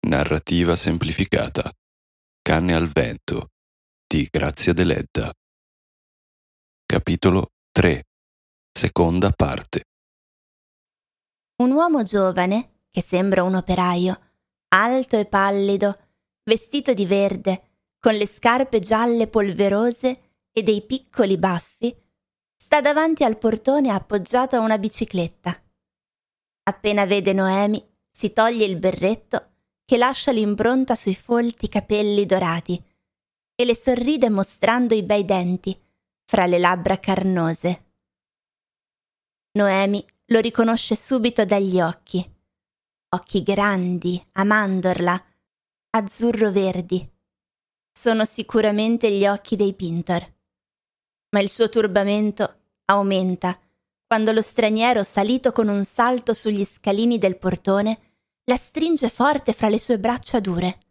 Narrativa semplificata. Canne al vento di Grazia Deledda. Capitolo 3. Seconda parte. Un uomo giovane, che sembra un operaio, alto e pallido, vestito di verde, con le scarpe gialle polverose e dei piccoli baffi, sta davanti al portone appoggiato a una bicicletta. Appena vede Noemi, si toglie il berretto che lascia l'impronta sui folti capelli dorati e le sorride mostrando i bei denti fra le labbra carnose. Noemi lo riconosce subito dagli occhi grandi, a mandorla, azzurro-verdi. Sono sicuramente gli occhi dei Pintor. Ma il suo turbamento aumenta quando lo straniero, salito con un salto sugli scalini del portone, la stringe forte fra le sue braccia dure.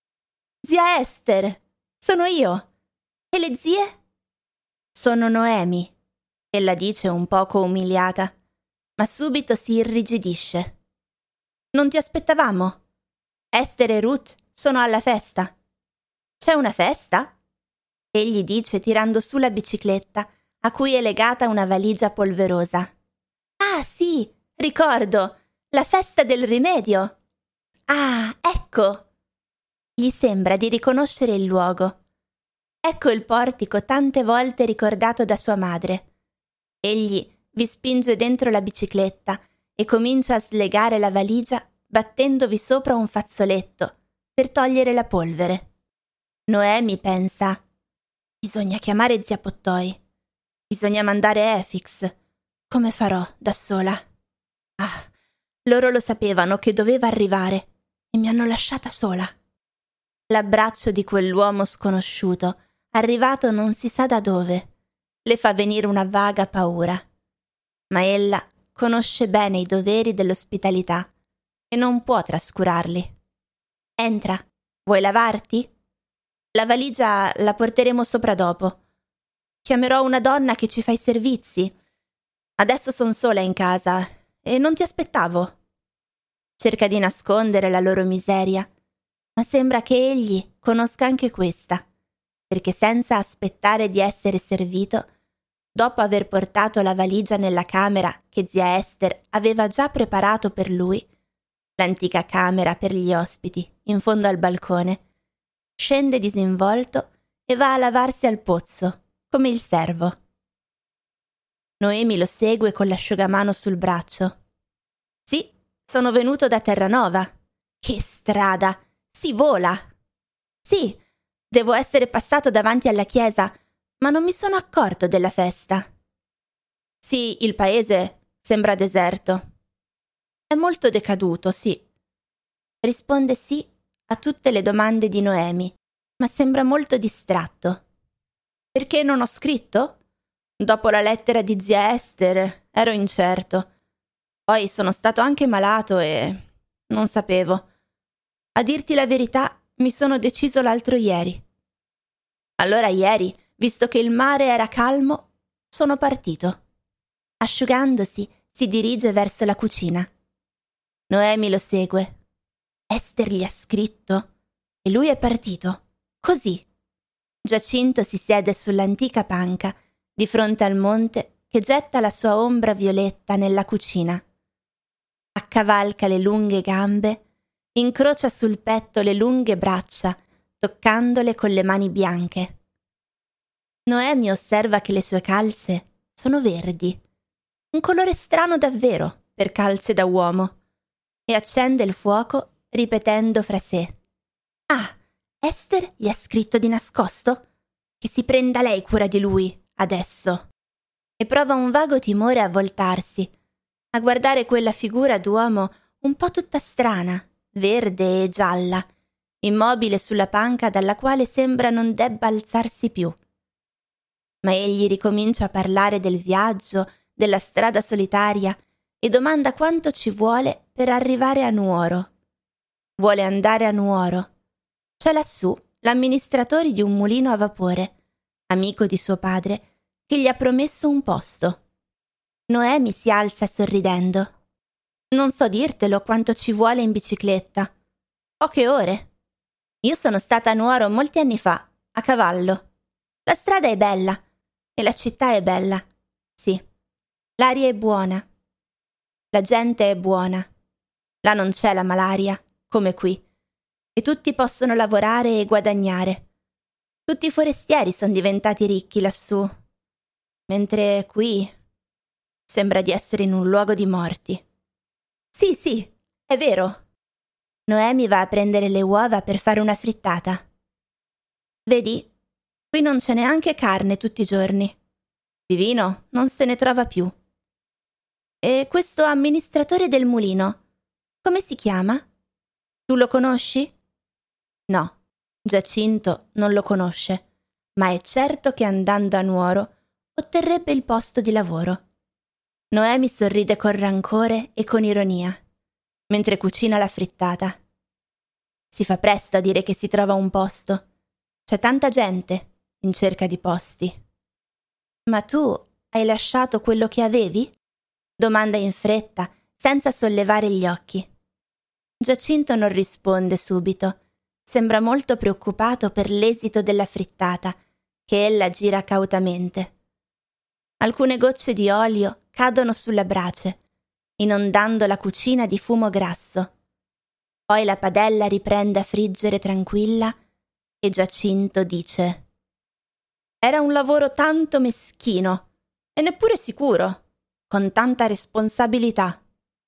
«Zia Ester, sono io! E le zie?» «Sono Noemi», ella dice un poco umiliata, ma subito si irrigidisce. «Non ti aspettavamo? Ester e Ruth sono alla festa». «C'è una festa?» egli dice tirando su la bicicletta a cui è legata una valigia polverosa. «Ah sì, ricordo, la festa del rimedio!» «Ah, ecco!» Gli sembra di riconoscere il luogo. Ecco il portico tante volte ricordato da sua madre. Egli vi spinge dentro la bicicletta e comincia a slegare la valigia battendovi sopra un fazzoletto per togliere la polvere. Noemi pensa: bisogna chiamare zia Pottoi. Bisogna mandare Efix. Come farò da sola? Ah, loro lo sapevano che doveva arrivare e mi hanno lasciata sola. L'abbraccio di quell'uomo sconosciuto, arrivato non si sa da dove, le fa venire una vaga paura. Ma ella conosce bene i doveri dell'ospitalità e non può trascurarli. «Entra, vuoi lavarti? La valigia la porteremo sopra dopo. Chiamerò una donna che ci fa i servizi. Adesso son sola in casa e non ti aspettavo». Cerca di nascondere la loro miseria, ma sembra che egli conosca anche questa, perché senza aspettare di essere servito, dopo aver portato la valigia nella camera che zia Ester aveva già preparato per lui, l'antica camera per gli ospiti in fondo al balcone, scende disinvolto e va a lavarsi al pozzo, come il servo. Noemi lo segue con l'asciugamano sul braccio. «Sì, sono venuto da Terranova». «Che strada! Si vola!» «Sì, devo essere passato davanti alla chiesa, ma non mi sono accorto della festa». «Sì, il paese sembra deserto». «È molto decaduto, sì». Risponde sì a tutte le domande di Noemi, ma sembra molto distratto. «Perché non ho scritto? Dopo la lettera di zia Ester ero incerto. Poi sono stato anche malato e non sapevo. A dirti la verità, mi sono deciso l'altro ieri. Allora ieri, visto che il mare era calmo, sono partito». Asciugandosi, si dirige verso la cucina. Noemi lo segue. Ester gli ha scritto e lui è partito, così. Giacinto si siede sull'antica panca di fronte al monte che getta la sua ombra violetta nella cucina. Accavalca le lunghe gambe, incrocia sul petto le lunghe braccia, toccandole con le mani bianche. Noemi osserva che le sue calze sono verdi, un colore strano davvero per calze da uomo, e accende il fuoco ripetendo fra sé: «Ah, Ester gli ha scritto di nascosto? Che si prenda lei cura di lui, adesso». E prova un vago timore a voltarsi, a guardare quella figura d'uomo un po' tutta strana, verde e gialla, immobile sulla panca dalla quale sembra non debba alzarsi più. Ma egli ricomincia a parlare del viaggio, della strada solitaria, e domanda quanto ci vuole per arrivare a Nuoro. Vuole andare a Nuoro. C'è lassù l'amministratore di un mulino a vapore, amico di suo padre, che gli ha promesso un posto. Noemi si alza sorridendo. «Non so dirtelo quanto ci vuole in bicicletta. Poche ore. Io sono stata a Nuoro molti anni fa, a cavallo. La strada è bella e la città è bella. Sì, l'aria è buona. La gente è buona. Là non c'è la malaria, come qui, e tutti possono lavorare e guadagnare. Tutti i forestieri sono diventati ricchi lassù, mentre qui sembra di essere in un luogo di morti. Sì, sì, è vero. Noemi va a prendere le uova per fare una frittata. Vedi, qui non c'è neanche carne tutti i giorni. Di vino non se ne trova più. E questo amministratore del mulino, come si chiama? Tu lo conosci? No, Giacinto non lo conosce, ma è certo che andando a Nuoro otterrebbe il posto di lavoro. Noemi sorride con rancore e con ironia, mentre cucina la frittata. Si fa presto a dire che si trova un posto. C'è tanta gente in cerca di posti. Ma tu hai lasciato quello che avevi? Domanda in fretta, senza sollevare gli occhi. Giacinto non risponde subito. Sembra molto preoccupato per l'esito della frittata, che ella gira cautamente. Alcune gocce di olio cadono sulla brace, inondando la cucina di fumo grasso. Poi la padella riprende a friggere tranquilla e Giacinto dice: «Era un lavoro tanto meschino e neppure sicuro, con tanta responsabilità».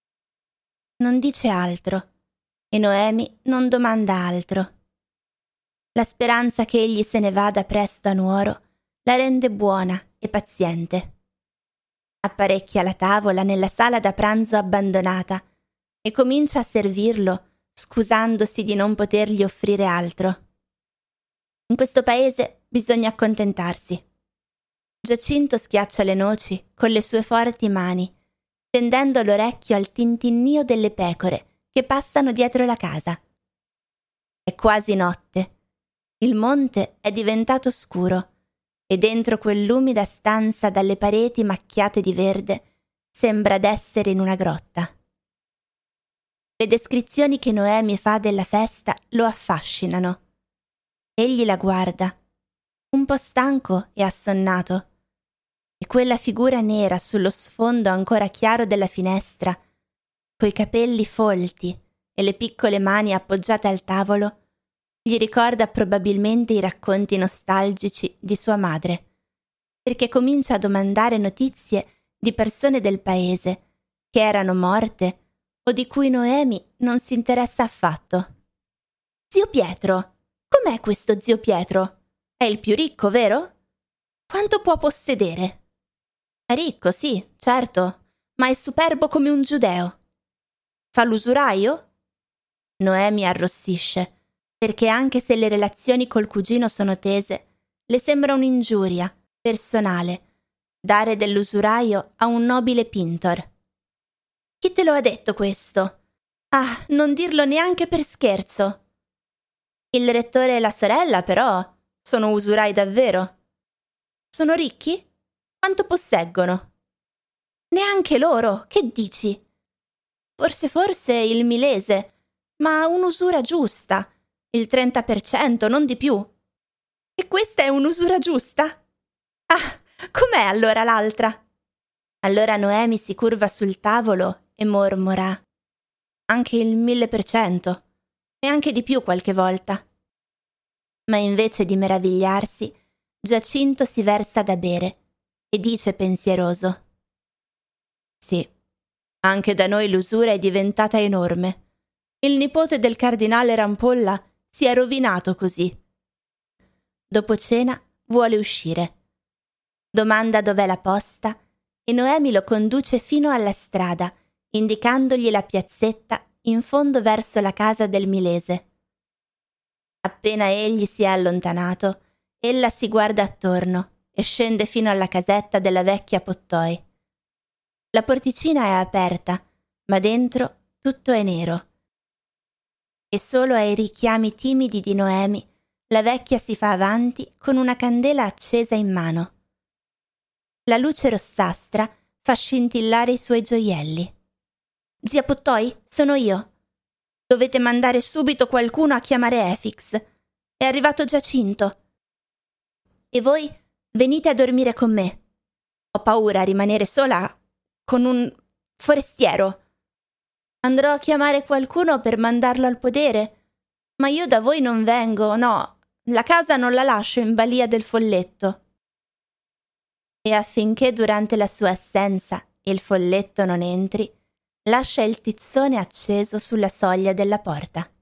Non dice altro e Noemi non domanda altro. La speranza che egli se ne vada presto a Nuoro la rende buona e paziente. Apparecchia la tavola nella sala da pranzo abbandonata e comincia a servirlo, scusandosi di non potergli offrire altro. In questo paese bisogna accontentarsi. Giacinto schiaccia le noci con le sue forti mani, tendendo l'orecchio al tintinnio delle pecore che passano dietro la casa. È quasi notte. Il monte è diventato scuro e dentro quell'umida stanza dalle pareti macchiate di verde sembra d'essere in una grotta. Le descrizioni che Noemi fa della festa lo affascinano. Egli la guarda, un po' stanco e assonnato, e quella figura nera sullo sfondo ancora chiaro della finestra, coi capelli folti e le piccole mani appoggiate al tavolo, gli ricorda probabilmente i racconti nostalgici di sua madre, perché comincia a domandare notizie di persone del paese che erano morte o di cui Noemi non si interessa affatto. «Zio Pietro! Com'è questo zio Pietro? È il più ricco, vero? Quanto può possedere?» «È ricco, sì, certo, ma è superbo come un giudeo». «Fa l'usuraio?» Noemi arrossisce, perché anche se le relazioni col cugino sono tese, le sembra un'ingiuria personale dare dell'usuraio a un nobile pintor. «Chi te lo ha detto questo? Ah, non dirlo neanche per scherzo!» «Il rettore e la sorella, però, sono usurai davvero». «Sono ricchi? Quanto posseggono?» «Neanche loro, che dici?» Forse il milese, ma un'usura giusta, il 30%, non di più». «E questa è un'usura giusta?» «Ah, com'è allora l'altra?» Allora Noemi si curva sul tavolo e mormora: «Anche il 1000%, e anche di più qualche volta». Ma invece di meravigliarsi, Giacinto si versa da bere e dice pensieroso: «Sì, anche da noi l'usura è diventata enorme. Il nipote del cardinale Rampolla si è rovinato così». Dopo cena vuole uscire. Domanda dov'è la posta e Noemi lo conduce fino alla strada, indicandogli la piazzetta in fondo verso la casa del milese. Appena egli si è allontanato, ella si guarda attorno e scende fino alla casetta della vecchia Pottoi. La porticina è aperta, ma dentro tutto è nero. E solo ai richiami timidi di Noemi la vecchia si fa avanti con una candela accesa in mano. La luce rossastra fa scintillare i suoi gioielli. «Zia Pottoi, sono io». Dovete mandare subito qualcuno a chiamare Efix. È arrivato Giacinto. E voi venite a dormire con me. Ho paura a rimanere sola con un forestiero. Andrò a chiamare qualcuno per mandarlo al podere, ma io da voi non vengo, no, la casa non la lascio in balia del folletto. E affinché durante la sua assenza il folletto non entri, lascia il tizzone acceso sulla soglia della porta.